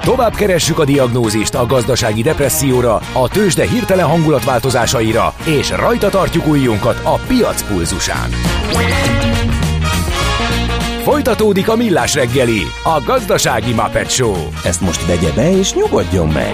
Tovább keressük a diagnózist a gazdasági depresszióra, a tőzsde hirtelen hangulatváltozásaira, és rajta tartjuk ujjunkat a piac pulzusán. Folytatódik a Millás reggeli, a gazdasági Muppet Show. Ezt most vegye be és nyugodjon meg!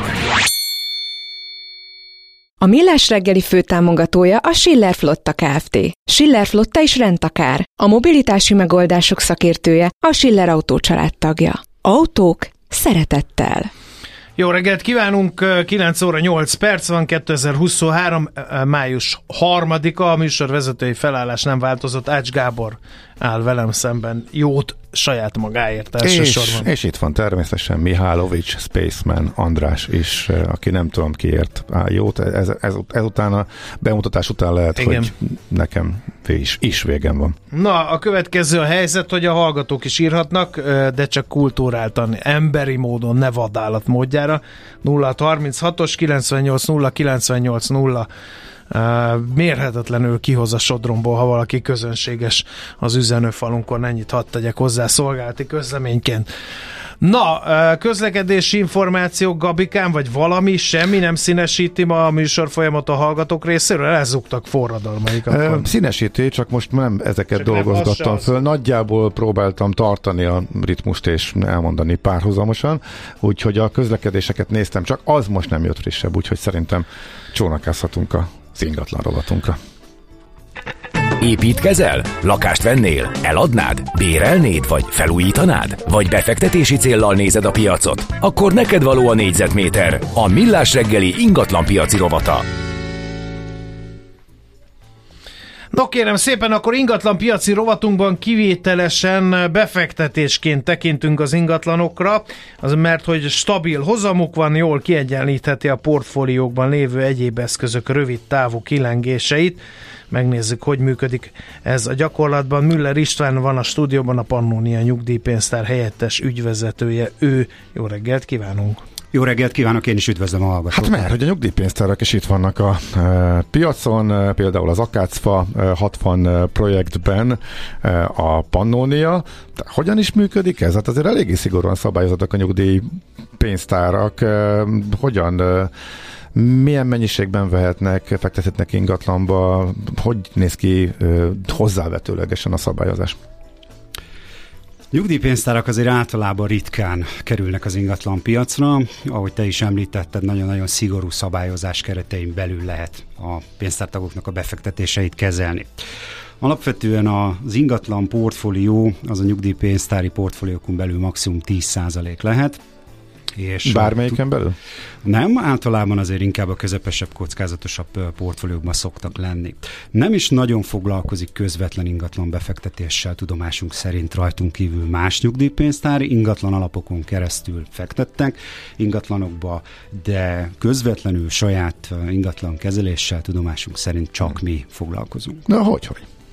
A Millás reggeli főtámogatója a Schiller Flotta Kft. Schiller Flotta is rendtakár. A mobilitási megoldások szakértője, a Schiller Autó család tagja. Autók szeretettel. Jó reggelt kívánunk, 9 óra 8 perc van, 2023. május 3-a, a műsorvezetői felállás nem változott, Ács Gábor áll velem szemben, jót saját magáért elsősorban. És itt van természetesen Mihálovics, Spaceman András is, aki nem tudom kiért áll jót, ezután a bemutatás után lehet, igen, hogy nekem is végem van. Na, a következő a helyzet, hogy a hallgatók is írhatnak, de csak kultúráltan, emberi módon, ne vadállat módjára. 0636-os 980980 mérhetetlenül kihoz a sodromból, ha valaki közönséges az üzenőfalunkon, ennyit hadd tegyek hozzá szolgálati közleményként. Na, közlekedési információk, Gabikán, vagy valami, semmi nem színesíti ma a műsor folyamat a hallgatók részéről? Elzúgtak forradalmaik. Színesíti, csak most nem ezeket csak dolgozgattam föl. Nagyjából próbáltam tartani a ritmust és elmondani párhuzamosan, úgyhogy a közlekedéseket néztem, csak az most nem jött frissebb, úgyhogy szerintem csónakázhatunk az ingatlan rovatunkra. Építkezel? Lakást vennél? Eladnád? Bérelnéd? Vagy felújítanád? Vagy befektetési céllal nézed a piacot? Akkor neked való a négyzetméter, a Millás reggeli ingatlanpiaci rovata. No kérem szépen, akkor ingatlanpiaci rovatunkban kivételesen befektetésként tekintünk az ingatlanokra, mert hogy stabil hozamuk van, jól kiegyenlítheti a portfóliókban lévő egyéb eszközök rövid távú kilengéseit. Megnézzük, hogy működik ez a gyakorlatban. Müller István van a stúdióban, a Pannónia nyugdíjpénztár helyettes ügyvezetője. Jó reggelt kívánunk! Jó reggelt kívánok, én is üdvözlöm a hallgatókat. Hát mert, hogy a nyugdíjpénztárak is itt vannak a piacon, például az Akácfa 60 projektben a Pannónia. De hogyan is működik ez? Hát azért eléggé szigorúan szabályozottak a nyugdíjpénztárak. Milyen mennyiségben fektethetnek ingatlanba? Hogy néz ki hozzávetőlegesen a szabályozás? Nyugdíjpénztárak azért általában ritkán kerülnek az ingatlanpiacra. Ahogy te is említetted, nagyon-nagyon szigorú szabályozás keretein belül lehet a pénztártagoknak a befektetéseit kezelni. Alapvetően az ingatlan portfólió, az a nyugdíjpénztári portfóliókon belül maximum 10% lehet. És bármelyiken belül? Nem, általában azért inkább a közepesebb, kockázatosabb portfóliókban szoktak lenni. Nem is nagyon foglalkozik közvetlen ingatlan befektetéssel tudomásunk szerint rajtunk kívül más nyugdíjpénztári, ingatlan alapokon keresztül fektettek ingatlanokba, de közvetlenül saját ingatlan kezeléssel tudomásunk szerint csak mi foglalkozunk. Na, hogy?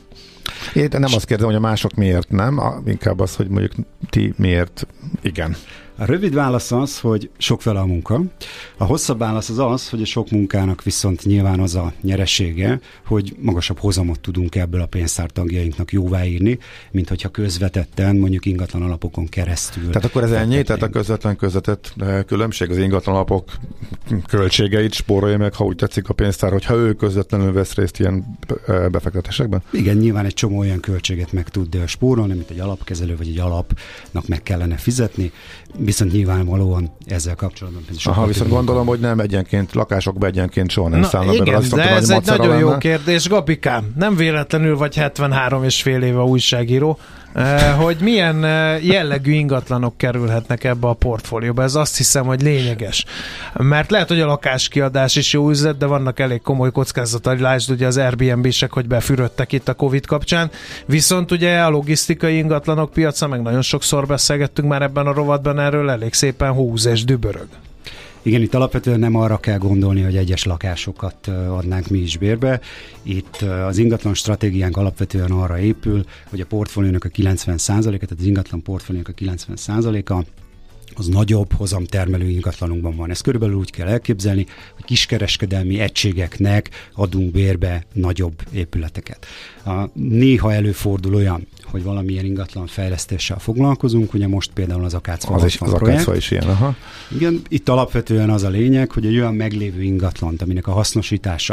Én nem azt kérdezem, hogy a mások miért nem, inkább az, hogy mondjuk ti miért igen. A rövid válasz az, hogy sokféle a munka. A hosszabb válasz az, hogy a sok munkának viszont nyilván az a nyeresége, hogy magasabb hozamot tudunk ebből a pénztártagjainknak jóváírni, mint hogyha közvetetten, mondjuk ingatlan alapokon keresztül. Tehát akkor ez ennyi? Tehát a közvetett különbség, az ingatlan alapok költségeit spórolja meg, ha úgy tetszik a pénztár, hogyha ő közvetlenül vesz részt ilyen befektetésekben? Igen, nyilván egy csomó olyan költséget meg tud spórolni, mint egy alapkezelő vagy egy alapnak meg kellene fizetni, viszont nyilvánvalóan ezzel kapcsolatban viszont gondolom, hogy nem egyenként, lakásokba egyenként soha nem szállnak be. Igen, de ez egy nagyon jó kérdés, Gabikám. Nem véletlenül vagy 73,5 éve újságíró, hogy milyen jellegű ingatlanok kerülhetnek ebbe a portfólióba. Ez azt hiszem, hogy lényeges. Mert lehet, hogy a lakáskiadás is jó üzlet, de vannak elég komoly kockázatai. Lásd ugye az Airbnb-sek, hogy befürödtek itt a Covid kapcsán. Viszont ugye a logisztikai ingatlanok piaca, meg nagyon sokszor beszélgettünk már ebben a rovatban erről, elég szépen húz és dübörög. Igen, itt alapvetően nem arra kell gondolni, hogy egyes lakásokat adnánk mi is bérbe. Itt az ingatlan stratégiánk alapvetően arra épül, hogy a portfóliónak a 90%-a, tehát az ingatlan portfóliónak a 90%-a az nagyobb hozamtermelő ingatlanunkban van. Ezt körülbelül úgy kell elképzelni, hogy kiskereskedelmi egységeknek adunk bérbe nagyobb épületeket. Néha előfordul olyan, hogy valamilyen ingatlan fejlesztéssel foglalkozunk, ugye most például az Akácfa projekt. Az is ilyen, aha. Igen, itt alapvetően az a lényeg, hogy egy olyan meglévő ingatlant, aminek a hasznosítása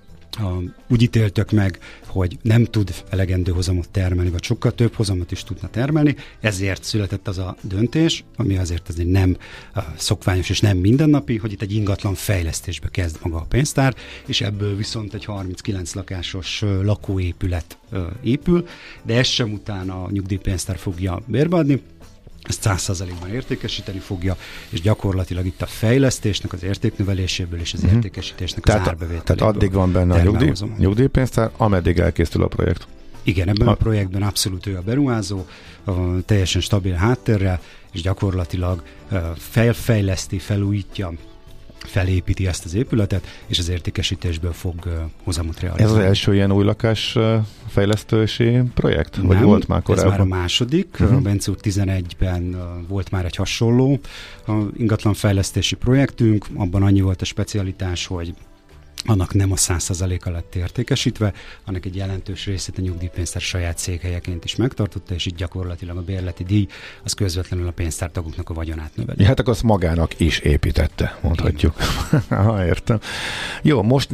úgy ítéltök meg, hogy nem tud elegendő hozamot termelni, vagy sokkal több hozamot is tudna termelni, ezért született az a döntés, ami azért nem szokványos és nem mindennapi, hogy itt egy ingatlan fejlesztésbe kezd maga a pénztár, és ebből viszont egy 39 lakásos lakóépület épül, de ezt sem utána a nyugdíjpénztár fogja bérbeadni, ezt 100%-ban értékesíteni fogja, és gyakorlatilag itt a fejlesztésnek, az értéknöveléséből és az értékesítésnek az árbevételéből. Tehát addig van benne a nyugdíjpenszer, ameddig elkészül a projekt. Igen, ebben a projektben abszolút ő a beruházó, teljesen stabil háttérrel, és gyakorlatilag felfejleszti, felújítja, felépíti ezt az épületet, és az értékesítésből fog hozamot realizálni. Ez az első ilyen új lakás fejlesztési projekt? Vagy nem, volt már korábban? Ez már a második. Bence úr 11-ben volt már egy hasonló ingatlan fejlesztési projektünk. Abban annyi volt a specialitás, hogy annak nem a 100%-a lett értékesítve, annak egy jelentős részét a nyugdíjpénztár saját székhelyeként is megtartotta, és itt gyakorlatilag a bérleti díj az közvetlenül a pénztártagoknak a vagyonát növeli. Hát akkor azt magának is építette, mondhatjuk. Aha, értem. Jó, most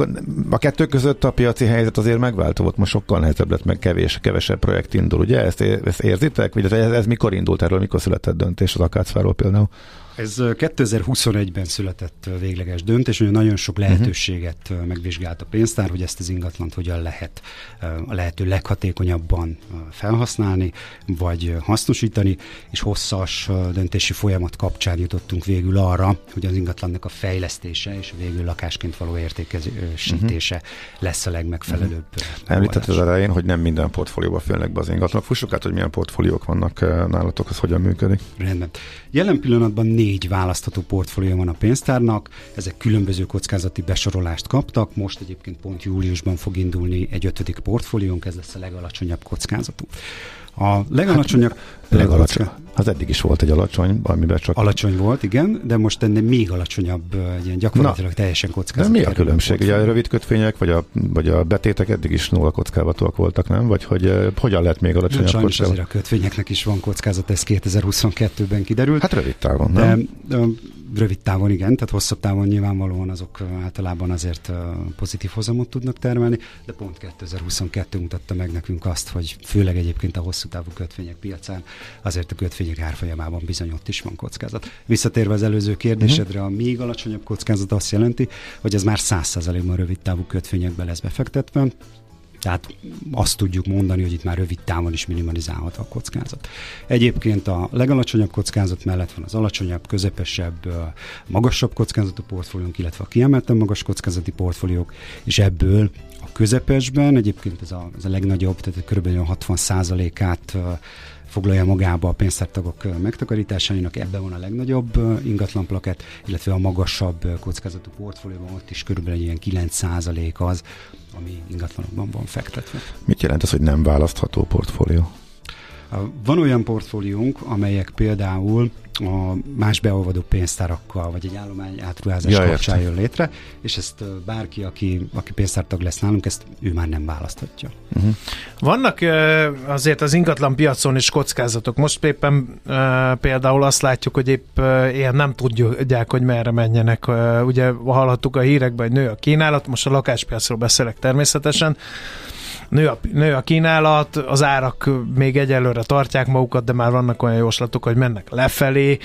a kettő között a piaci helyzet azért megváltozott, most sokkal nehezebb lett, meg kevesebb projekt indul, ugye? Ezt érzitek? Vagy ez mikor indult erről, mikor született döntés az Akácfáról például? Ez 2021-ben született végleges döntés, hogy nagyon sok lehetőséget megvizsgált a pénztár, hogy ezt az ingatlant hogyan lehet a lehető leghatékonyabban felhasználni, vagy hasznosítani, és hosszas döntési folyamat kapcsán jutottunk végül arra, hogy az ingatlannak a fejlesztése és végül lakásként való értékesítése lesz a legmegfelelőbb. Említett az elején, hogy nem minden portfólióba félnek be az ingatlanok. Fussuk át, hogy milyen portfóliók vannak nálatok, az hogyan működik. Rendben. Jelen pillanatban 4 választható portfólió van a pénztárnak, ezek különböző kockázati besorolást kaptak, most egyébként pont júliusban fog indulni egy 5. portfóliónk, ez lesz a legalacsonyabb kockázatú. A legalacsonyabb... Az eddig is volt egy alacsony, amiben csak... Alacsony volt, igen, de most ennél még alacsonyabb, ilyen gyakorlatilag teljesen kockázat. Mi a különbség? Ugye a rövid kötvények, vagy a betétek eddig is nulla kockázatúak voltak, nem? Vagy hogy hogyan lett még alacsonyabb kockázat? Sajnos azért a kötvényeknek is van kockázat, ez 2022-ben kiderült. Hát rövid távon, nem? De rövid távon igen, tehát hosszabb távon nyilvánvalóan azok általában azért pozitív hozamot tudnak termelni, de pont 2022 mutatta meg nekünk azt, hogy főleg egyébként a hosszú távú kötvények piacán azért a kötvények árfolyamában bizony ott is van kockázat. Visszatérve az előző kérdésedre, a még alacsonyabb kockázat azt jelenti, hogy ez már 100%-ban rövid távú kötvényekbe lesz befektetve. Tehát azt tudjuk mondani, hogy itt már rövid távon is minimalizálható a kockázat. Egyébként a legalacsonyabb kockázat mellett van az alacsonyabb, közepesebb, magasabb kockázatú portfóliónk, illetve a kiemelten magas kockázati portfóliók, és ebből a közepesben egyébként ez a legnagyobb, tehát kb. 60%-át foglalja magába a pénztártagok megtakarításainak, ebben van a legnagyobb ingatlanplakett, illetve a magasabb kockázatú portfólióban ott is körülbelül ilyen 9% az, ami ingatlanokban van fektetve. Mit jelent az, hogy nem választható portfólió? Van olyan portfóliónk, amelyek például a más beolvadó pénztárakkal, vagy egy állomány átruházás kapcsán jön létre, és ezt bárki, aki pénztártag lesz nálunk, ezt ő már nem választhatja. Vannak azért az ingatlan piacon is kockázatok. Most éppen például azt látjuk, hogy épp ilyen nem tudják, hogy merre menjenek. Ugye hallhattuk a hírekben, hogy nő a kínálat, most a lakáspiacról beszélek természetesen. Nő a kínálat, az árak még egyelőre tartják magukat, de már vannak olyan jóslatok, hogy mennek lefelé.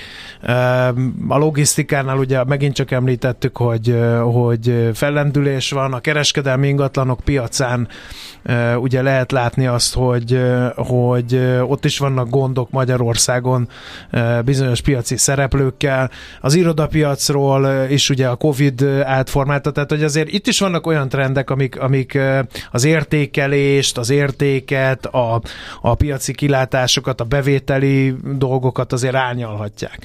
A logisztikánál ugye megint csak említettük, hogy fellendülés van, a kereskedelmi ingatlanok piacán ugye lehet látni azt, hogy ott is vannak gondok Magyarországon bizonyos piaci szereplőkkel. Az irodapiacról is ugye a Covid átformálta, tehát hogy azért itt is vannak olyan trendek, amik az értékelést, az értéket, a piaci kilátásokat, a bevételi dolgokat azért árnyalhatják.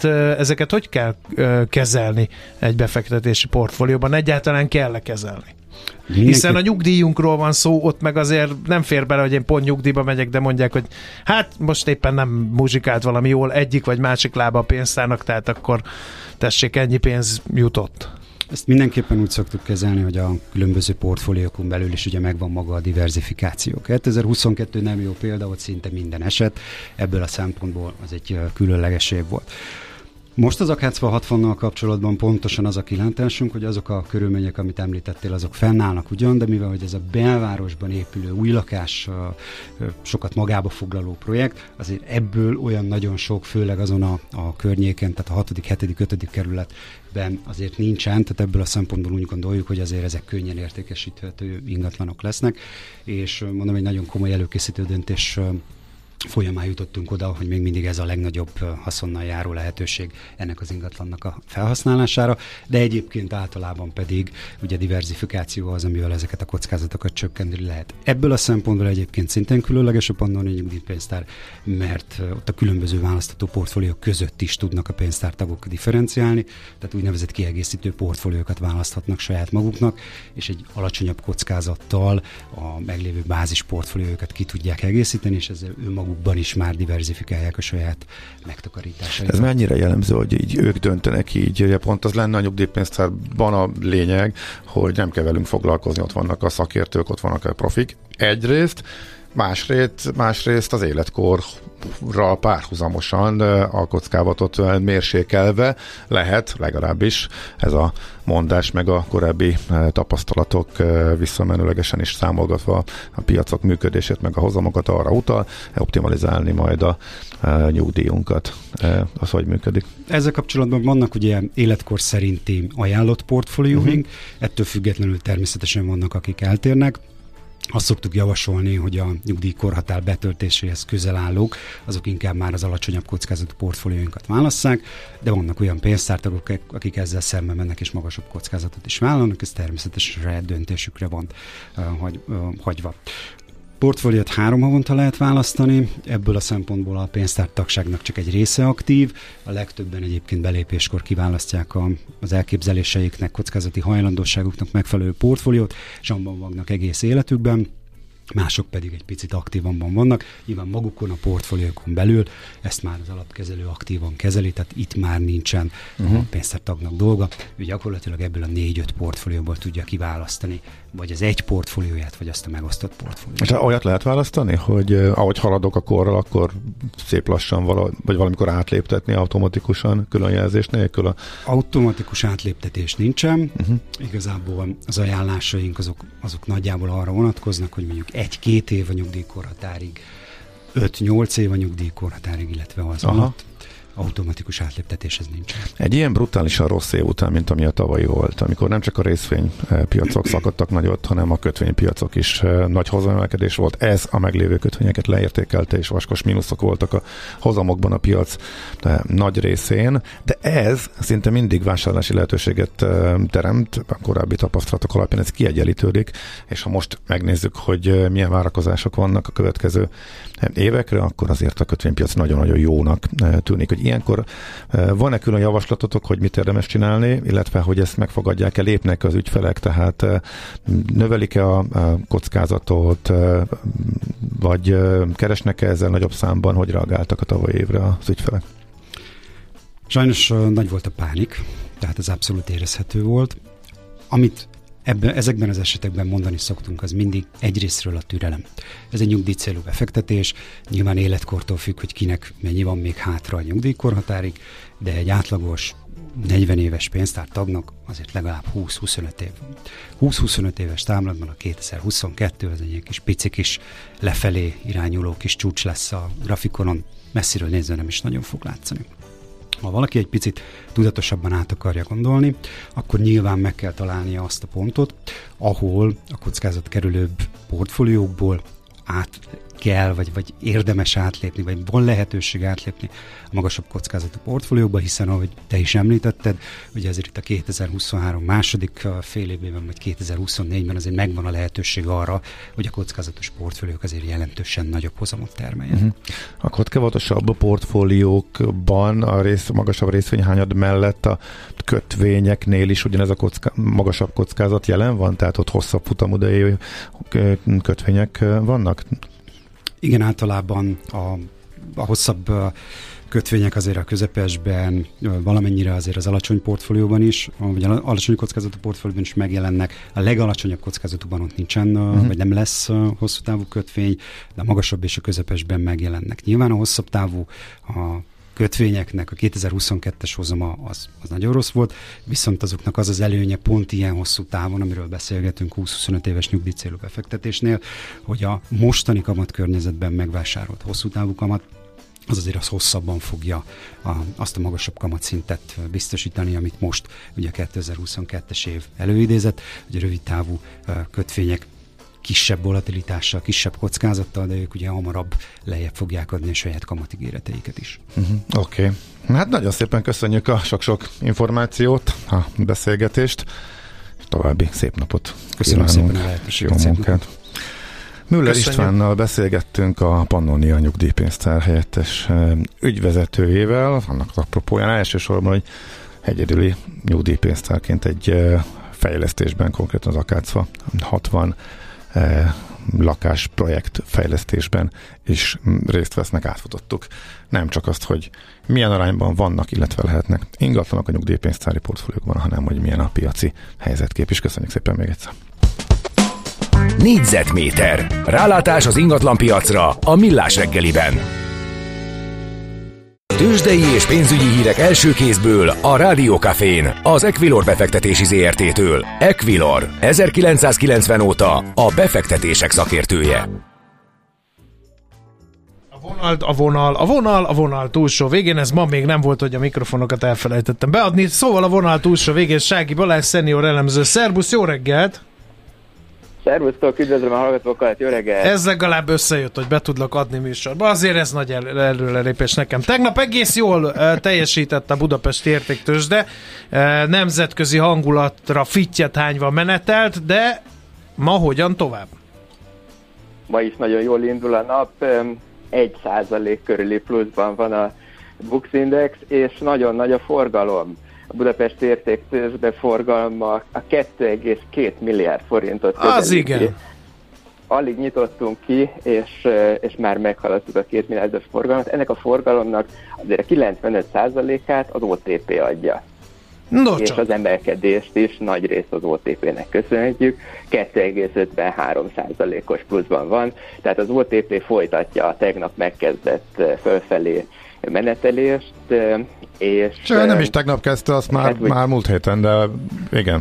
Ezeket hogy kell kezelni egy befektetési portfólióban? Egyáltalán kell kezelni? Hiszen a nyugdíjunkról van szó, ott meg azért nem fér bele, hogy én pont nyugdíjba megyek, de mondják, hogy hát most éppen nem muzsikált valami jól egyik vagy másik lába a pénztárnak, tehát akkor tessék, ennyi pénz jutott. Ezt mindenképpen úgy szoktuk kezelni, hogy a különböző portfóliókon belül is ugye megvan maga a diversifikáció. 2022 nem jó példa, ott szinte minden eset, ebből a szempontból az egy különleges év volt. Most az AKC 60-nal kapcsolatban pontosan az a kilátásunk, hogy azok a körülmények, amit említettél, azok fennállnak ugyan, de mivel hogy ez a belvárosban épülő új lakás sokat magába foglaló projekt, azért ebből olyan nagyon sok, főleg azon a környéken, tehát a 6., 7., 5. kerületben azért nincsen, tehát ebből a szempontból úgy gondoljuk, hogy azért ezek könnyen értékesíthető ingatlanok lesznek, és mondom, egy nagyon komoly előkészítő döntés folyamán jutottunk oda, hogy még mindig ez a legnagyobb haszonnal járó lehetőség ennek az ingatlannak a felhasználására, de egyébként általában pedig ugye diversifikáció az, amivel ezeket a kockázatokat csökkenteni lehet. Ebből a szempontból egyébként szintén különleges a Pannónia Nyugdíjpénztár, mert ott a különböző választható portfóliók között is tudnak a pénztártagok differenciálni, tehát úgynevezett kiegészítő portfóliókat választhatnak saját maguknak, és egy alacsonyabb kockázattal a meglévő bázis portfóliókat ki tudják egészíteni, és ezzel magukban is már diverzifikálják a saját megtakarításaikat. Ez mennyire jellemző, hogy így ők döntenek így, ugye pont az lenne a nyugdíjpénztárban a lényeg, hogy nem kell velünk foglalkozni, ott vannak a szakértők, ott vannak a profik. Egyrészt, másrészt az életkorra párhuzamosan a kockázatot mérsékelve lehet, legalábbis ez a mondás, meg a korábbi tapasztalatok visszamenőlegesen is számolgatva a piacok működését, meg a hozamokat arra utal, optimalizálni majd a nyugdíjunkat. Az hogy működik? Ezzel kapcsolatban vannak ugye életkor szerinti ajánlott portfólióink, ettől függetlenül természetesen vannak, akik eltérnek. Azt szoktuk javasolni, hogy a nyugdíjkorhatár betöltéséhez közel állók, azok inkább már az alacsonyabb kockázatú portfólióinkat válasszák, de vannak olyan pénztártagok, akik ezzel szemben mennek és magasabb kockázatot is vállalnak, ez természetesen saját döntésükre van hagyva. Portfóliót 3 havonta lehet választani, ebből a szempontból a pénztártagságnak csak egy része aktív, a legtöbben egyébként belépéskor kiválasztják az elképzeléseiknek, kockázati hajlandóságuknak megfelelő portfóliót, és abban vannak egész életükben, mások pedig egy picit aktívabban vannak, nyilván magukon a portfóliókon belül ezt már az alapkezelő aktívan kezeli, tehát itt már nincsen a pénztártagnak dolga, ő gyakorlatilag ebből a 4-5 portfólióból tudja kiválasztani, vagy az egy portfólióját, vagy azt a megosztott portfóliót. És olyat lehet választani, hogy ahogy haladok a korral, akkor szép lassan vagy valamikor átléptetni automatikusan, különjelzés nélkül? Automatikus átléptetés nincsen. Igazából az ajánlásaink azok nagyjából arra vonatkoznak, hogy mondjuk 1-2 év a nyugdíjkorhatárig, 5-8 év a nyugdíjkorhatárig, illetve az alatt. Automatikus átléptetés ez nincs. Egy ilyen brutálisan rossz év után, mint ami a tavalyi volt, amikor nem csak a részvénypiacok szakadtak nagyot, hanem a kötvénypiacok is nagy hozamemelkedés volt. Ez a meglévő kötvényeket leértékelte, és vaskos mínuszok voltak a hozamokban a piac nagy részén, de ez szinte mindig vásárlási lehetőséget teremt, a korábbi tapasztalatok alapján ez kiegyenlítődik, és ha most megnézzük, hogy milyen várakozások vannak a következő évekre, akkor azért a kötvénypiac nagyon-nagyon jónak tűnik, hogy ilyenkor van-e külön javaslatotok, hogy mit érdemes csinálni, illetve hogy ezt megfogadják-e, lépnek az ügyfelek, tehát növelik-e a kockázatot, vagy keresnek-e ezzel nagyobb számban, hogy reagáltak a tavalyi évre az ügyfelek? Sajnos nagy volt a pánik, tehát ez abszolút érezhető volt. Amit ezekben az esetekben mondani szoktunk, az mindig egyrésztről a türelem. Ez egy nyugdíjcélú befektetés, nyilván életkortól függ, hogy kinek mennyi van még hátra a nyugdíjkorhatárig, de egy átlagos 40 éves pénztártagnak azért legalább 20-25 év van. 20-25 éves táblatban a 2022 az egy kis pici kis lefelé irányuló kis csúcs lesz a grafikonon, messziről nézve nem is nagyon fog látszani. Ha valaki egy picit tudatosabban át akarja gondolni, akkor nyilván meg kell találnia azt a pontot, ahol a kockázatkerülőbb portfóliókból kell, vagy érdemes átlépni, vagy van lehetőség átlépni a magasabb kockázatú portfólióba, hiszen ahogy te is említetted, ugye ezért itt a 2023 második fél évben, vagy 2024-ben azért megvan a lehetőség arra, hogy a kockázatos portfóliók azért jelentősen nagyobb hozamot termeljenek. A kockázatosabb portfóliókban a magasabb részvényhányad mellett a kötvényeknél is ugyanez a magasabb kockázat jelen van? Tehát ott hosszabb futamidejű kötvények vannak? Igen, általában a hosszabb kötvények azért a közepesben, valamennyire azért az alacsony portfólióban is, vagy alacsony kockázatú portfólióban is megjelennek. A legalacsonyabb kockázatúban ott nincsen, vagy nem lesz hosszú távú kötvény, de a magasabb és a közepesben megjelennek. Nyilván a hosszabb távú a kötvényeknek a 2022-es hozama az nagyon rossz volt, viszont azoknak az előnye pont ilyen hosszú távon, amiről beszélgetünk 20-25 éves nyugdíjcélú befektetésnél, hogy a mostani kamatkörnyezetben megvásárolt hosszú távú kamat, az azért az hosszabban fogja azt a magasabb kamatszintet biztosítani, amit most ugye a 2022-es év előidézett, hogy a rövid távú kötvények kisebb volatilitással, kisebb kockázattal, de ők ugye hamarabb lejjebb fogják adni a saját kamatigéreteiket is. Oké. Hát nagyon szépen köszönjük a sok-sok információt, a beszélgetést, és további szép napot. Köszönöm szépen a lehetőséget. Jó munkát. Müller Istvánnal beszélgettünk, a Pannonia nyugdíjpénztár helyettes ügyvezetőjével, annak apropóján elsősorban, hogy egyedüli nyugdíjpénztárként egy fejlesztésben, konkrétan az Akácfa 60 lakásprojekt fejlesztésben is részt vesznek, átfutottuk. Nem csak azt, hogy milyen arányban vannak, illetve lehetnek ingatlanok a nyugdíjpénztári portfóliókban, hanem hogy milyen a piaci helyzetkép is. Köszönjük szépen még egyszer. Négyzetméter. Rálátás az ingatlanpiacra a Millás reggeliben. Tőzsdei és pénzügyi hírek első kézből a Rádió Cafén, az Equilor befektetési ZRT-től. Equilor, 1990 óta a befektetések szakértője. A vonal túlsó végén, ez ma még nem volt, hogy a mikrofonokat elfelejtettem beadni, szóval a vonal túlsó végén Sági Balázs, szenior elemző. Szerbusz, jó reggelt! Szervusztok, üdvözlöm a hallgatókat, jó reggelt! Ez legalább összejött, hogy be tudlak adni műsorba, azért ez nagy előrelépés nekem. Tegnap egész jól teljesített a Budapesti Értéktőzsde, nemzetközi hangulatra fittyet hányva menetelt, de ma hogyan tovább? Ma is nagyon jól indul a nap, 1% körüli pluszban van a Bux Index, és nagyon nagy a forgalom. A Budapesti Értéktőzsde forgalma a 2,2 milliárd forintot közelíti. Az igen. Alig nyitottunk ki, és már meghaladtuk a 2 milliárdos forgalmat. Ennek a forgalomnak azért a 95%-át az OTP adja. És az emelkedést is nagy részt az OTP-nek köszönhetjük. 2,53%-os pluszban van, tehát az OTP folytatja a tegnap megkezdett fölfelé menetelést, és... Nem is tegnap kezdte, azt már múlt héten, de igen.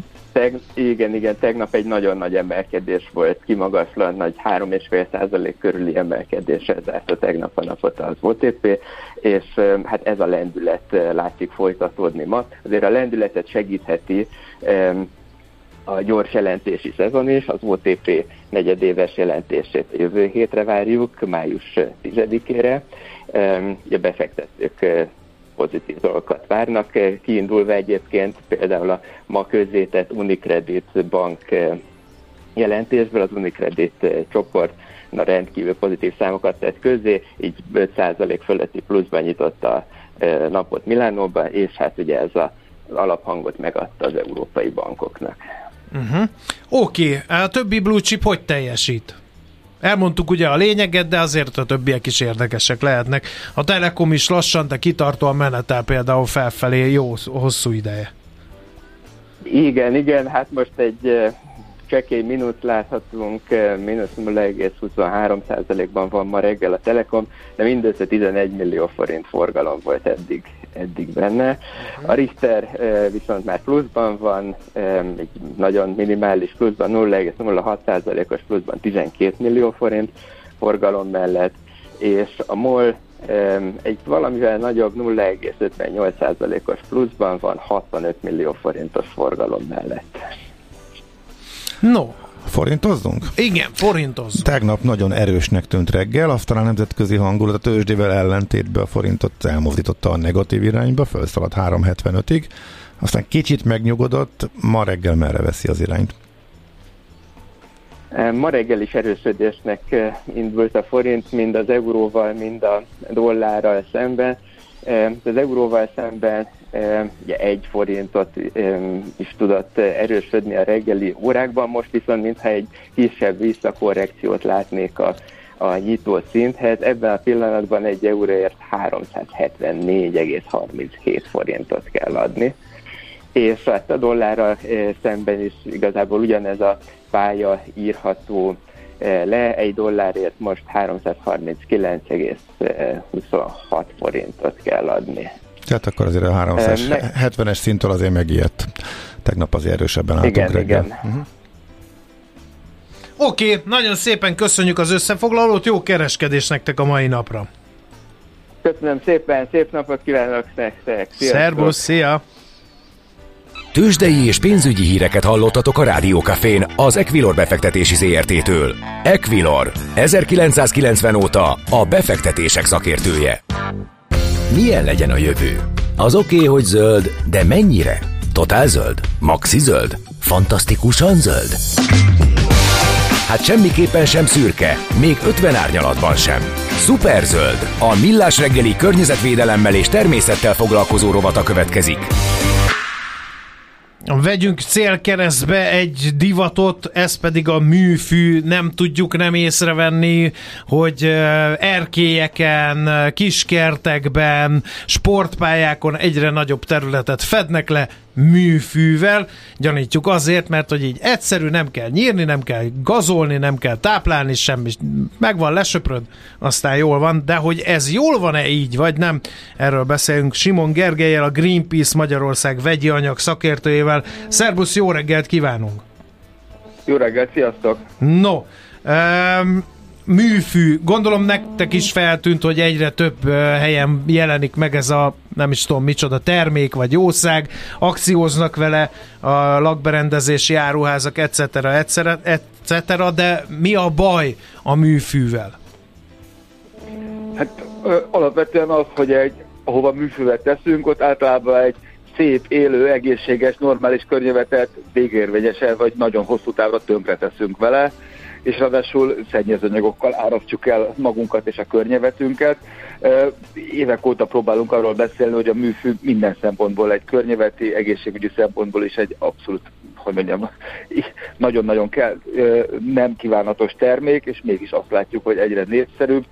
Igen, tegnap egy nagyon nagy emelkedés volt, kimagaslan, nagy 3,5% körüli emelkedéssel zárta tegnap a napot az OTP, és hát ez a lendület látszik folytatódni ma. Azért a lendületet segítheti a gyors jelentési szezon is, az OTP negyedéves jelentését a jövő hétre várjuk, május 10-ére. A befektetők pozitív dolgokat várnak, kiindulva egyébként például a ma közzétett Unicredit bank jelentésből, az Unicredit csoport rendkívül pozitív számokat tett közzé, így 5% fölötti pluszban nyitott a napot Milánóban, és hát ugye ez az alaphangot megadta az európai bankoknak. Oké, a többi blue chip hogy teljesít? Elmondtuk ugye a lényeget, de azért a többiek is érdekesek lehetnek. A Telekom is lassan, de kitartóan menetel például felfelé jó hosszú ideje. Igen, hát most egy csekély mínusz láthatunk, mínusz 0,23%-ban van ma reggel a Telekom, de mindössze 11 millió forint forgalom volt eddig benne. A Richter viszont már pluszban van, egy nagyon minimális pluszban, 0,06%-os pluszban 12 millió forint forgalom mellett, és a MOL egy valamivel nagyobb 0,58%-os pluszban van 65 millió forintos forgalom mellett. No, Forintozzunk? Igen, forintozzunk. Tegnap nagyon erősnek tűnt reggel, aztán a nemzetközi hangulat a tőzsdével ellentétben a forintot elmozdította a negatív irányba, felszaladt 3,75-ig, aztán kicsit megnyugodott, ma reggel merre veszi az irányt? Ma reggel is erősödésnek indult a forint, mind az euróval, mind a dollárral szemben. Az euróval szemben ugye 1 forintot is tudott erősödni a reggeli órákban, most viszont mintha egy kisebb visszakorrekciót látnék a nyitó szinthez. Ebben a pillanatban 1 euróért 374,37 forintot kell adni. És hát a dollárral szemben is igazából ugyanez a pálya írható le, 1 dollárért most 339,26 forintot kell adni. Tehát akkor azért a 370-es szinttől azért megijedt. Tegnap azért erősebben álltunk reggel. Igen. Oké, nagyon szépen köszönjük az összefoglalót, jó kereskedés nektek a mai napra. Köszönöm szépen, szép napot kívánok nektek. Szervusz, szia! Tőzsdei és pénzügyi híreket hallottatok a Rádiókafén az Equilor befektetési ZRT-től. Equilor, 1990 óta a befektetések szakértője. Milyen legyen a jövő? Az oké, hogy zöld, de mennyire? Totál zöld? Maxi zöld? Fantasztikusan zöld? Hát semmiképpen sem szürke, még 50 árnyalatban sem. Szuperzöld, a millás reggeli környezetvédelemmel és természettel foglalkozó rovata következik. Vegyünk célkeresztbe egy divatot, ez pedig a műfű. Nem tudjuk nem észrevenni, hogy erkélyeken, kiskertekben, sportpályákon egyre nagyobb területet fednek le műfűvel. Gyanítjuk azért, mert hogy így egyszerű, nem kell nyírni, nem kell gazolni, nem kell táplálni, semmi. Megvan, lesöpröd, aztán jól van. De hogy ez jól van-e így, vagy nem? Erről beszélünk Simon Gergellyel, a Greenpeace Magyarország vegyi anyag szakértőjével. Szerbusz, jó reggelt kívánunk! Jó reggelt, sziasztok! No, műfű. Gondolom nektek is feltűnt, hogy egyre több helyen jelenik meg ez a, nem is tudom micsoda, termék vagy jószág, akcióznak vele a lakberendezési áruházak, etc., de mi a baj a műfűvel? Hát alapvetően az, hogy ahova műfűvet teszünk, ott általában egy szép, élő, egészséges, normális környezetet végérvényesen vagy nagyon hosszú távra tönkre teszünk vele, és ráadásul szennyezőanyagokkal árasztjuk el magunkat és a környezetünket. Évek óta próbálunk arról beszélni, hogy a műfű minden szempontból, egy környezeti, egészségügyi szempontból is egy abszolút, hogy mondjam, nagyon-nagyon nem kívánatos termék, és mégis azt látjuk, hogy egyre népszerűbb.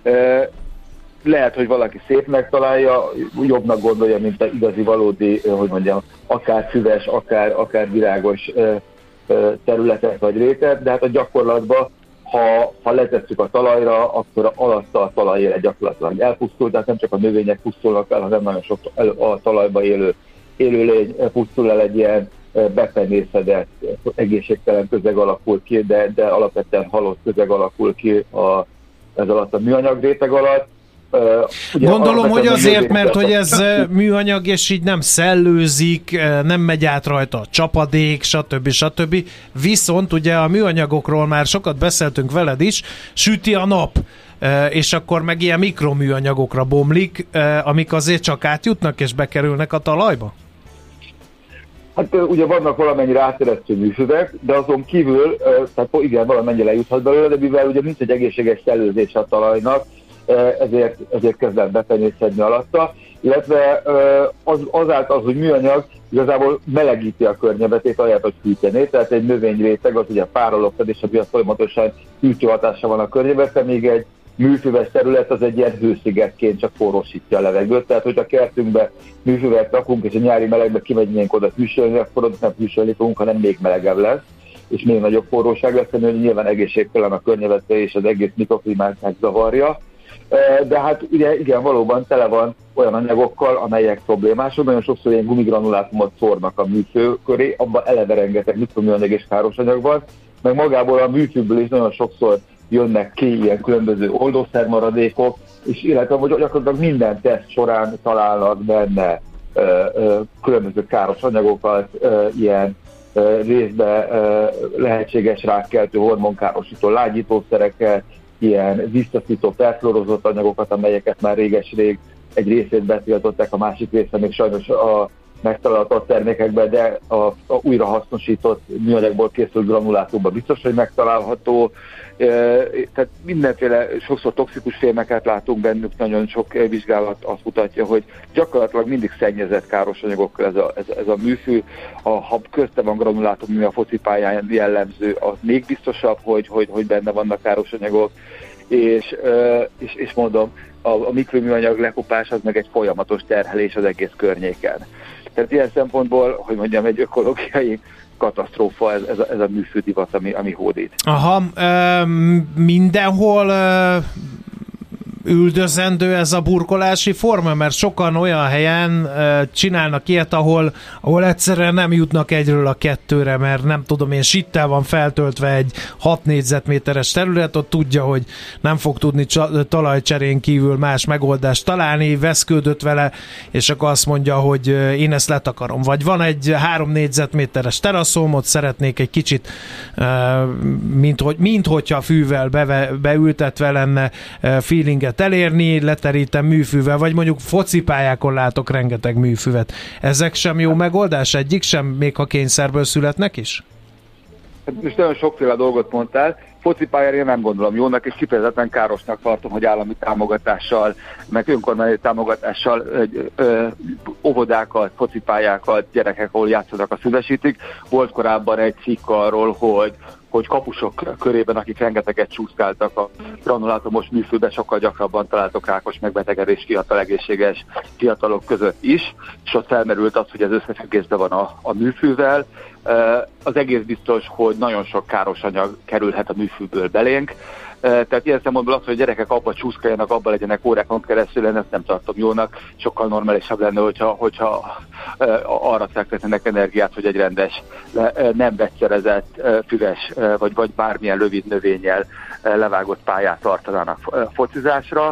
Lehet, hogy valaki szépnek találja, jobbnak gondolja, mint az igazi, valódi, hogy mondjam, akár füves, akár virágos területet vagy rétet, de hát a gyakorlatban, ha letesszük a talajra, akkor alatta a talaj gyakorlatilag elpusztul, tehát nem csak a növények pusztulnak el, hanem nagyon sok a talajban élő lény pusztul el, egy ilyen bepenészedett, egészségtelen közeg alakul ki, de alapvetően halott közeg alakul ki ez alatt a műanyag réteg alatt. Ugye gondolom, hogy azért, mert hogy ez műanyag, és így nem szellőzik, nem megy át rajta a csapadék, stb. Viszont ugye a műanyagokról már sokat beszéltünk veled is, süti a nap, és akkor meg ilyen mikroműanyagokra bomlik, amik azért csak átjutnak és bekerülnek a talajba? Hát ugye vannak valamennyire átteresztő műfüvek, de azon kívül, tehát igen, valamennyire eljuthat belőle, de mivel ugye nincs egy egészséges szellőzés a talajnak, ezért kezd el bepenészedni alatta, illetve azáltal, hogy műanyag igazából melegíti a környezetét, ahelyett, hogy hűtené, tehát egy növényréteg az ugye párologtad, és az folyamatosan hűtő hatása van a környezetre, még egy műfüves terület az egy ilyen hőszigetként csak forrósítja a levegőt, tehát hogyha a kertünkbe műfüvet rakunk, és a nyári melegbe kimegynénk oda hűsölni, akkor ott nem hűsölni fogunk, hanem még melegebb lesz, és még nagyobb forróság lesz, hogy nyilván egészségtelen a környezetre, és az egész mikroklímát megzavarja. De hát ugye igen, valóban tele van olyan anyagokkal, amelyek problémások. Nagyon sokszor ilyen gumigranulátumot szórnak a műfő köré, abban eleve rengeteg mikroműanyag és káros anyag van, meg magából a műfűből is nagyon sokszor jönnek ki ilyen különböző oldószermaradékok, és illetve hogy gyakorlatilag minden teszt során találnak benne különböző káros anyagokat, ilyen részben lehetséges rákkeltő, hormonkárosító lágyítószerekkel, ilyen visszaszító perfluorozott anyagokat, amelyeket már réges-rég egy részét betiltották, a másik része még sajnos a megtalálható termékekben, de a újrahasznosított műanyagból készült granulátumban biztos, hogy megtalálható. Tehát mindenféle, sokszor toxikus fémeket látunk bennük, nagyon sok vizsgálat azt mutatja, hogy gyakorlatilag mindig szennyezett káros anyagokkal ez a műfű. Ha közte van granulátum, ami a focipályán jellemző, az még biztosabb, hogy benne vannak káros anyagok, és mondom, a mikroműanyag lekopás az meg egy folyamatos terhelés az egész környéken. Tehát ilyen szempontból, hogy mondjam, egy ökológiai katasztrófa ez a műfűdivat, ami hódít. Aha, mindenhol üldözendő ez a burkolási forma, mert sokan olyan helyen csinálnak ilyet, ahol egyszerűen nem jutnak egyről a kettőre, mert nem tudom én, sittel van feltöltve egy 6 négyzetméteres terület, ott tudja, hogy nem fog tudni talajcserén kívül más megoldást találni, veszkődött vele, és akkor azt mondja, hogy én ezt letakarom. Vagy van egy 3 négyzetméteres teraszom, ott szeretnék egy kicsit minthogyha fűvel beültetve lenne feelinget elérni, leterítem műfűvel, vagy mondjuk focipályákon látok rengeteg műfüvet. Ezek sem jó megoldás? Egyik sem, még ha kényszerből születnek is? Most nagyon sokféle dolgot mondtál. Focipályára én nem gondolom jónak, és kifejezetten károsnak tartom, hogy állami támogatással, meg önkormányzati támogatással óvodákat, focipályákat, gyerekek, ahol játszanak, a szüvesítik. Volt korábban egy cikk arról, hogy kapusok körében, akik rengeteget csúszkáltak a granulátumos műfűben, sokkal gyakrabban találtok rákos megbetegedés fiatal egészséges fiatalok között is, és ott felmerült az, hogy ez összefüggésben van a műfűvel. Az egész biztos, hogy nagyon sok káros anyag kerülhet a műfűből belénk. Tehát ilyen szempontból az, hogy a gyerekek abba csúszkáljanak, abba legyenek órákon keresztül, én ezt nem tartom jónak. Sokkal normálisabb lenne, hogyha arra fektetnek energiát, hogy egy rendes, nem vegyszerezett, füves vagy bármilyen rövid növényel levágott pályát tartanának focizásra.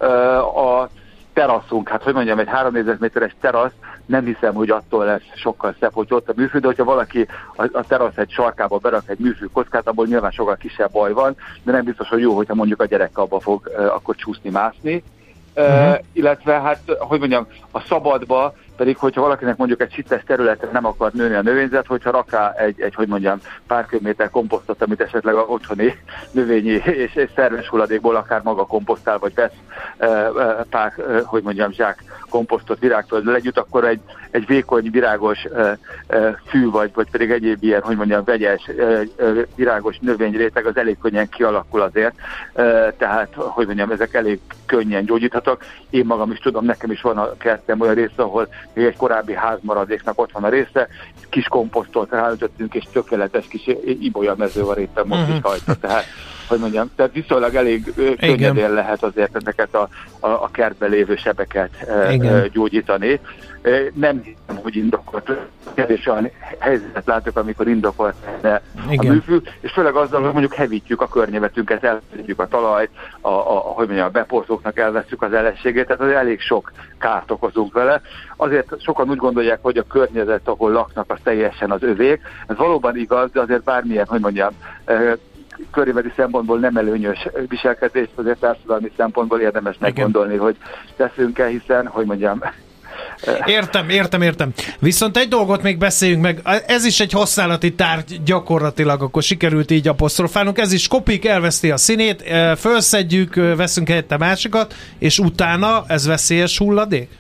A teraszunk, hát hogy mondjam, egy 3 négyzetméteres terasz, nem hiszem, hogy attól lesz sokkal szebb, hogy ott a műfű, de hogyha valaki a terasz egy sarkába berak egy műfű kockát, abból nyilván sokkal kisebb baj van, de nem biztos, hogy jó, hogyha mondjuk a gyerek abba fog akkor csúszni, mászni. Illetve hát, hogy mondjam, a szabadba pedig, hogyha valakinek mondjuk egy sittes területen nem akar nőni a növényzet, hogyha rak rá egy hogy mondjam, pár köbméter komposztot, amit esetleg a otthoni növényi és szerves hulladékból akár maga komposztál, vagy vesz pár, hogy mondjam, zsák komposztot virágföldről együtt, akkor egy vékony, virágos fű, vagy pedig egyéb ilyen, hogy mondjam, vegyes, virágos növényréteg az elég könnyen kialakul azért, tehát, hogy mondjam, ezek elég könnyen gyógyíthatók. Én magam is tudom, nekem is van a kertem olyan része, ahol még egy korábbi házmaradéknak ott van a része, kis komposztot ráöntöttünk, és tökéletes kis ibolyamező van éppen most is rajta, tehát hogy mondjam, tehát viszonylag elég könnyedén lehet azért ezeket a kertben lévő sebeket gyógyítani. Nem hiszem, hogy indokolt. Kevés olyan helyzetet látok, amikor indokolt a műfű, és főleg azzal, hogy mondjuk hevítjük a környezetünket, elveszítjük a talajt, hogy mondjam, a beporzóknak elvesztjük az ellenségét, tehát az elég sok kárt okozunk vele. Azért sokan úgy gondolják, hogy a környezet, ahol laknak, az teljesen az övék. Ez valóban igaz, de azért bármilyen, hogy mondjam, környezeti szempontból nem előnyös viselkedést, azért társadalmi szempontból érdemes meggondolni, hogy teszünk-e, hiszen, hogy mondjam... Értem. Viszont egy dolgot még beszéljünk meg, ez is egy használati tárgy gyakorlatilag, akkor sikerült így apostrofálnunk, ez is kopik, elveszti a színét, felszedjük, veszünk helyette másikat, és utána ez veszélyes hulladék?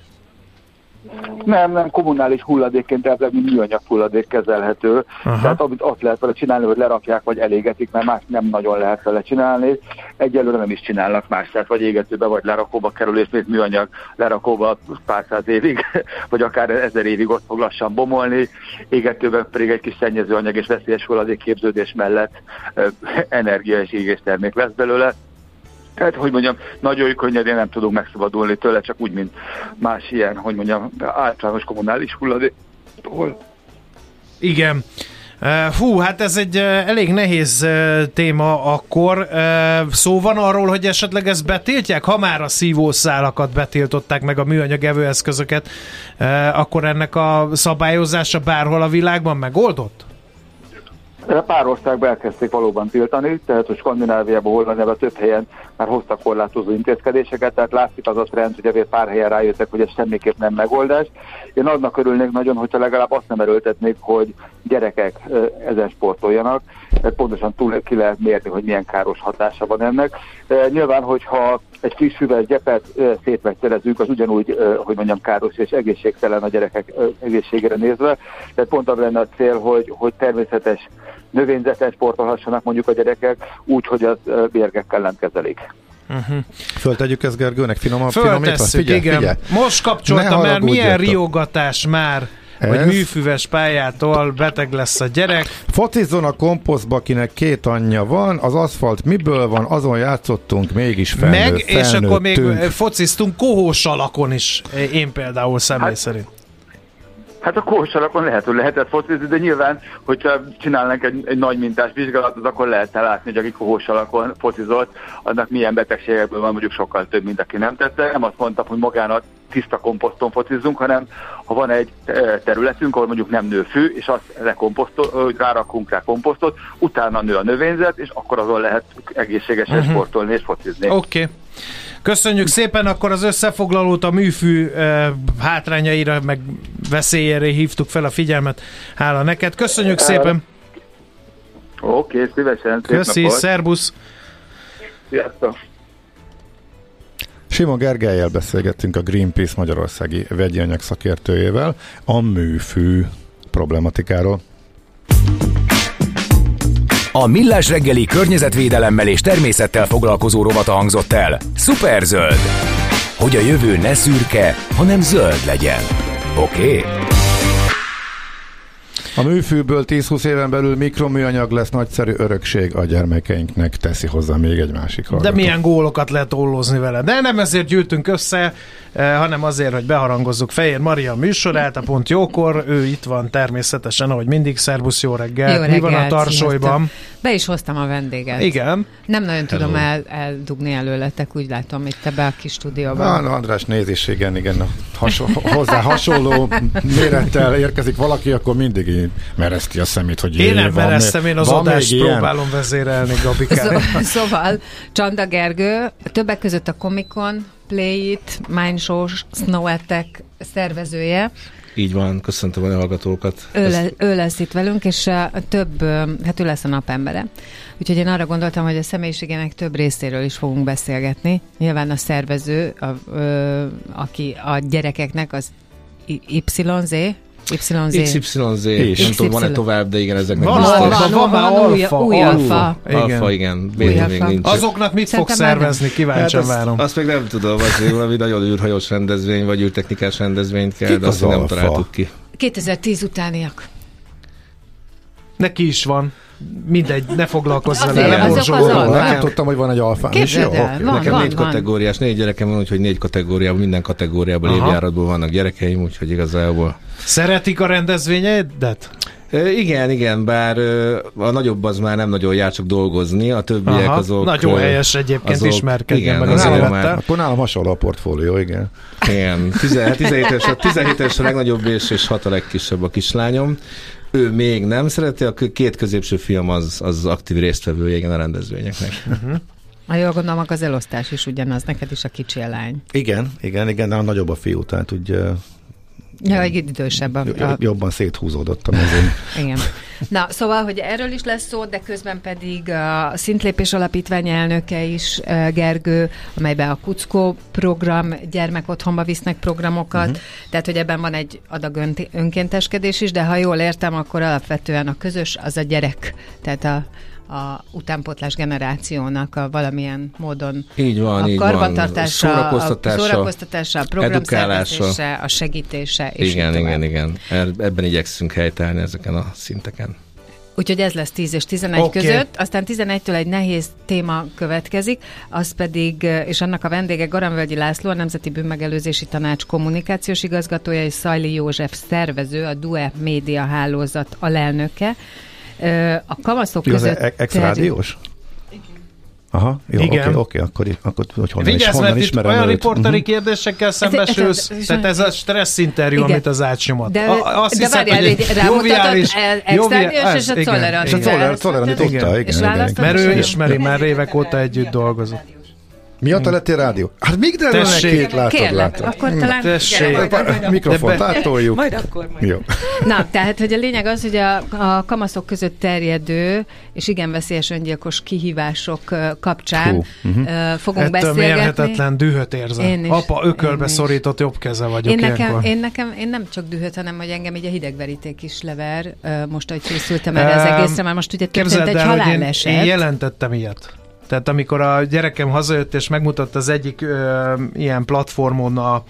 Nem, kommunális hulladékként elvileg mint műanyag hulladék kezelhető. Aha. Tehát amit azt lehet vele csinálni, hogy lerakják, vagy elégetik, mert más nem nagyon lehet vele csinálni. Egyelőre nem is csinálnak más, tehát vagy égetőbe, vagy lerakóba kerül, és még műanyag lerakóba pár száz évig, vagy akár 1000 évig ott fog lassan bomolni. Égetőben pedig egy kis szennyezőanyag és veszélyes hulladék képződés mellett energia és égéstermék lesz belőle. Tehát, hogy mondjam, nagyon könnyedén nem tudunk megszabadulni tőle, csak úgy, mint más ilyen, hogy mondjam, általános kommunális hulladéktól. Igen. Hát ez egy elég nehéz téma akkor. Szó van arról, hogy esetleg ezt betiltják? Ha már a szívószálakat betiltották, meg a műanyag evőeszközöket, akkor ennek a szabályozása bárhol a világban megoldott? Pár országban elkezdték valóban tiltani, tehát a Skandináviában, Hollandiában több helyen már hoztak korlátozó intézkedéseket, tehát látszik az a trend, hogy azért pár helyen rájöttek, hogy ez semmiképp nem megoldás. Én annak örülnék nagyon, hogyha legalább azt nem erőltetnék, hogy gyerekek ezen sportoljanak, pontosan túl ki lehet mérni, hogy milyen káros hatása van ennek. Nyilván, hogyha egy friss füves gyepet szétvegyszerezünk, az ugyanúgy, hogy mondjam, káros és egészségtelen a gyerekek egészségére nézve. Tehát pont az lenne a cél, hogy természetes növényzeten sportolhassanak mondjuk a gyerekek, úgy, hogy az mérgekkel nem kezelik. Föltegyük ezt Gergőnek finomabb? Föltesszük, igen. Figyelj. Most kapcsoltam el, milyen riogatás már, hogy műfüves pályától beteg lesz a gyerek. Focizzon a komposztba, akinek 2 anyja van, az aszfalt miből van, azon játszottunk, mégis felnőttünk. És akkor még fociztunk kohósalakon is, én például személy szerint. Hát a kohósalakon lehetett focizni, de nyilván, hogyha csinálnánk egy nagy mintás vizsgálatot, akkor lehet látni, hogy aki kohósalakon focizott, annak milyen betegségekből van mondjuk sokkal több, mint aki nem tette. Nem azt mondtam, hogy magán a tiszta komposzton focizzunk, hanem ha van egy területünk, ahol mondjuk nem nő fű, és azt rárakunk rá komposztot, utána nő a növényzet, és akkor azon lehet egészségesen sportolni és focizni. Oké. Köszönjük szépen, akkor az összefoglalót a műfű hátrányaira, meg veszélyére hívtuk fel a figyelmet. Hála neked. Köszönjük szépen. Oké, szívesen. Köszi, szerbusz. Sziasztok. Simon Gergellyel beszélgettünk, a Greenpeace magyarországi vegyi anyag szakértőjével a műfű problematikáról. A Millás reggeli környezetvédelemmel és természettel foglalkozó rovata hangzott el. Szuperzöld! Hogy a jövő ne szürke, hanem zöld legyen. Oké? A műfűből 10-20 éven belül mikroműanyag lesz, nagyszerű örökség a gyermekeinknek, teszi hozzá még egy másik hallgató. De milyen gólokat lehet ollózni vele. De nem ezért gyűltünk össze, hanem azért, hogy beharangozzuk Fejér Maria műsorát, a Pont Jókor. Ő itt van természetesen, ahogy mindig. Szervusz, jó reggel! Jó reggel, mi van a tarsolyban? Sziasztok. Be is hoztam a vendéget. Igen. Nem nagyon tudom eldugni előletek, úgy látom, itt ebbe a kis stúdióban. András, nézés, igen. Hozzá hasonló mérettel érkezik valaki, akkor mindig mereszti a szemét, hogy én nem meresztem, én az adást próbálom vezérelni, Gabikán. Szóval Csanda Gergő, többek között a Comic-Con, Play It, Mindshow, Snow Attack szervezője. Így van, köszöntöm a hallgatókat. Ő lesz itt velünk, és hát ő lesz a napembere. Úgyhogy én arra gondoltam, hogy a személyiségének több részéről is fogunk beszélgetni. Nyilván a szervező, aki a gyerekeknek az YZ, XYZ. Nem tudom, van-e tovább, de igen, ezeknek van új alfa. Alfa, igen. Még nincs. Azoknak mit fog szervezni? Kíváncsian várom. Azt még nem tudom, azért valami nagyon űrhajós rendezvény, vagy űrtechnikás rendezvényt kell, de azt nem találtuk ki. 2010 utániak. Neki is van. Mindegy, ne foglalkozz vele, nem borzsolódom. Nem tudtam, hogy van egy alfán. Nekem 4 kategóriás, 4 gyerekem van, úgyhogy 4 kategóriában, minden kategóriában évjáratból vannak gyerekeim, úgyhogy igazából. Szeretik a rendezvényeidet? Igen, bár a nagyobb az már nem nagyon jár csak dolgozni, a többiek azok... Nagyon helyes egyébként, ismerkedjen meg az élettel. Akkor nálam hasonló a portfólió, igen. Igen, 17 éves a legnagyobb, és 6 a legkisebb a kislányom. Ő még nem szereti, a 2 középső fiam az aktív résztvevője, igen, a rendezvényeknek. Jól gondolom, az elosztás is ugyanaz, neked is a kicsi a lány. Igen, de a nagyobb a fiú, tehát úgy... egy idősebb. Jobban széthúzódott a mezőn. Igen. Na, szóval, hogy erről is lesz szó, de közben pedig a Szintlépés Alapítvány elnöke is, Gergő, amelyben a Kuckó program, gyermekotthonba visznek programokat, tehát, hogy ebben van egy adag önkénteskedés is, de ha jól értem, akkor alapvetően a közös az a gyerek, tehát a utánpótlás generációnak a valamilyen módon így van, a karbantartása, a szórakoztatása, a programszervezése, a segítése. És igen. Ebben igyekszünk helytállni ezeken a szinteken. Úgyhogy ez lesz 10 és 11 között, aztán 11-től egy nehéz téma következik, az pedig, és annak a vendége Garamvölgyi László, a Nemzeti Bűnmegelőzési Tanács kommunikációs igazgatója, és Szajli József szervező, a DUE média hálózat alelnöke. A kamaszok között... Ex-rádiós? Aha, jó, oké, akkor vigyázz, honnan mert ismerem olyan őt. riporteri kérdésekkel szembesülsz, tehát ez a stressz interjú, amit az átnyomat. Azt hiszem, hogy egy joviális... És a Czoller És a Czoller tudta, igen. Mert ő ismeri, már évek óta együtt dolgozott. Mióta lettél rádió? Hát még két látod. Akkor talán... Mikrofont átoljuk. Majd akkor. Jó. Na, tehát, hogy a lényeg az, hogy a kamaszok között terjedő és igen veszélyes öngyilkos kihívások kapcsán fogunk beszélgetni. Ettől mérhetetlen dühöt érzem. Apa ökölbe szorított jobb keze vagyok ilyenkor. Én nem csak dühöt, hanem hogy engem így a hidegveríték is lever. Most, ahogy készültem erre az egészre, már most ugye történt egy haláleset. Én jelentettem ilyet. Tehát amikor a gyerekem hazajött, és megmutatta az egyik ilyen platformon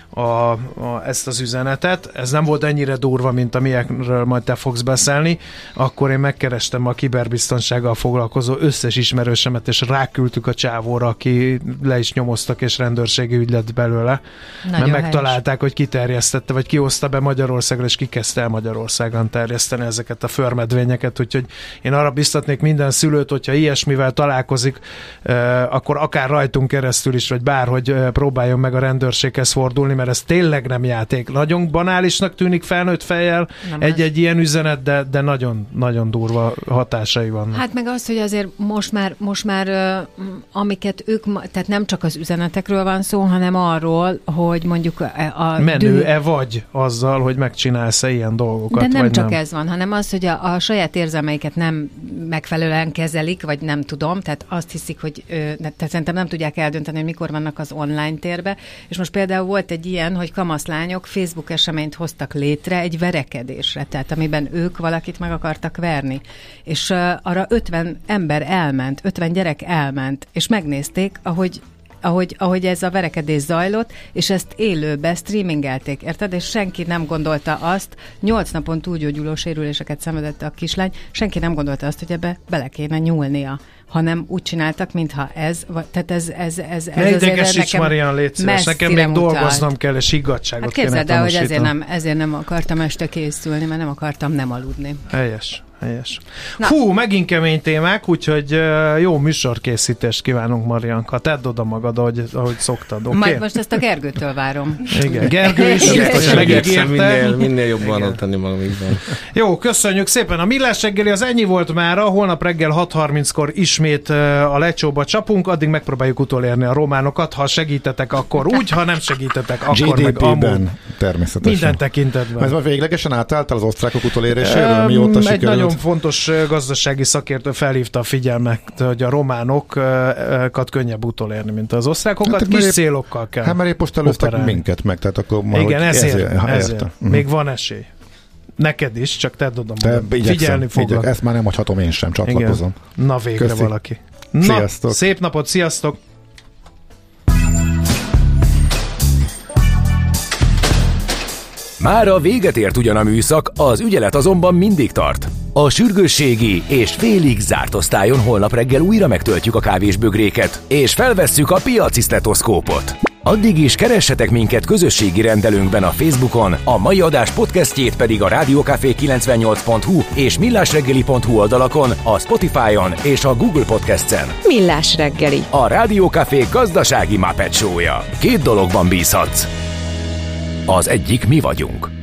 ezt az üzenetet, ez nem volt ennyire durva, mint amilyenről majd te fogsz beszélni, akkor én megkerestem a kiberbiztonsággal foglalkozó összes ismerősemet, és ráküldtük a csávóra, aki le is nyomoztak, és rendőrségi ügy lett belőle. Nagyon mert megtalálták, hogy kiterjesztette, vagy kihozta be Magyarországra, és kikezdte el Magyarországon terjeszteni ezeket a förmedvényeket, úgyhogy én arra biztatnék minden szülőt, hogyha ilyesmivel találkozik, akkor akár rajtunk keresztül is, vagy bárhogy próbáljon meg a rendőrséghez fordulni, mert ez tényleg nem játék. Nagyon banálisnak tűnik felnőtt fejjel egy ilyen üzenet, de nagyon, nagyon durva hatásai vannak. Hát meg az, hogy azért most már amiket ők, tehát nem csak az üzenetekről van szó, hanem arról, hogy mondjuk menő-e vagy azzal, hogy megcsinálsz-e ilyen dolgokat, de nem vagy csak nem. Ez van, hanem az, hogy a saját érzelmeiket nem megfelelően kezelik, vagy nem tudom, tehát azt hiszik, hogy tehát szerintem nem tudják eldönteni, hogy mikor vannak az online térbe, és most például volt egy ilyen, hogy kamaszlányok Facebook eseményt hoztak létre egy verekedésre, tehát amiben ők valakit meg akartak verni. És arra 50 ember elment, 50 gyerek elment, és megnézték, ahogy ez a verekedés zajlott, és ezt élőbe streamingelték, érted? És senki nem gondolta azt, 8 napon túlgyógyuló sérüléseket szenvedett a kislány, senki nem gondolta azt, hogy ebbe bele kéne nyúlnia, hanem úgy csináltak, mintha tehát ez ne idegesíts, Marian, légy szíves, nekem még dolgoznom kell, és higgadtságot kéne tanúsítanom. Hát képzeld el, hogy ezért nem akartam este készülni, mert nem akartam nem aludni. Helyes. Hú, megint kemény témák, úgyhogy jó műsorkészítést kívánunk, Marianka. Tedd oda magad, ahogy szoktad, oké? Majd most ezt a Gergőtől várom. Igen, Gergő is megígérte. Minél jobban ott tenni magamikban. Jó, köszönjük szépen. A Millás reggeli az ennyi volt mára. Holnap reggel 6:30-kor ismét a lecsóba csapunk, addig megpróbáljuk utolérni a románokat. Ha segítetek, akkor úgy, ha nem segítetek, akkor meg amúgy. Természetesen. Minden tekintetben. Ez már véglegesen átálltál az osztrákok utoléréséről? Mióta sikerült? Nagyon fontos gazdasági szakértő felhívta a figyelmet, hogy a románokat könnyebb utolérni, mint az osztrákokat. Hát, kis célokkal kell. Hát már épp most előztek minket meg, tehát akkor már igen, ezért. Még van esély. Neked is, csak tedd oda magad. Figyelni foglak. Ezt már nem hagyhatom én sem, csatlakozom. Igen. Na végre köszi. Valaki. Sziasztok. Szép napot, sziasztok! Mára véget ért ugyan a műszak, az ügyelet azonban mindig tart. A sürgősségi és félig zárt osztályon holnap reggel újra megtöltjük a kávésbögréket, és felvesszük a piaci sztetoszkópot. Addig is keressetek minket közösségi rendelőnkben a Facebookon, a mai adás podcastjét pedig a rádiókafé98.hu és millásreggeli.hu oldalakon, a Spotify-on és a Google Podcast-en. Millás reggeli. A Rádiókafé gazdasági Muppet Show-ja. 2 dologban bízhatsz. Az egyik mi vagyunk.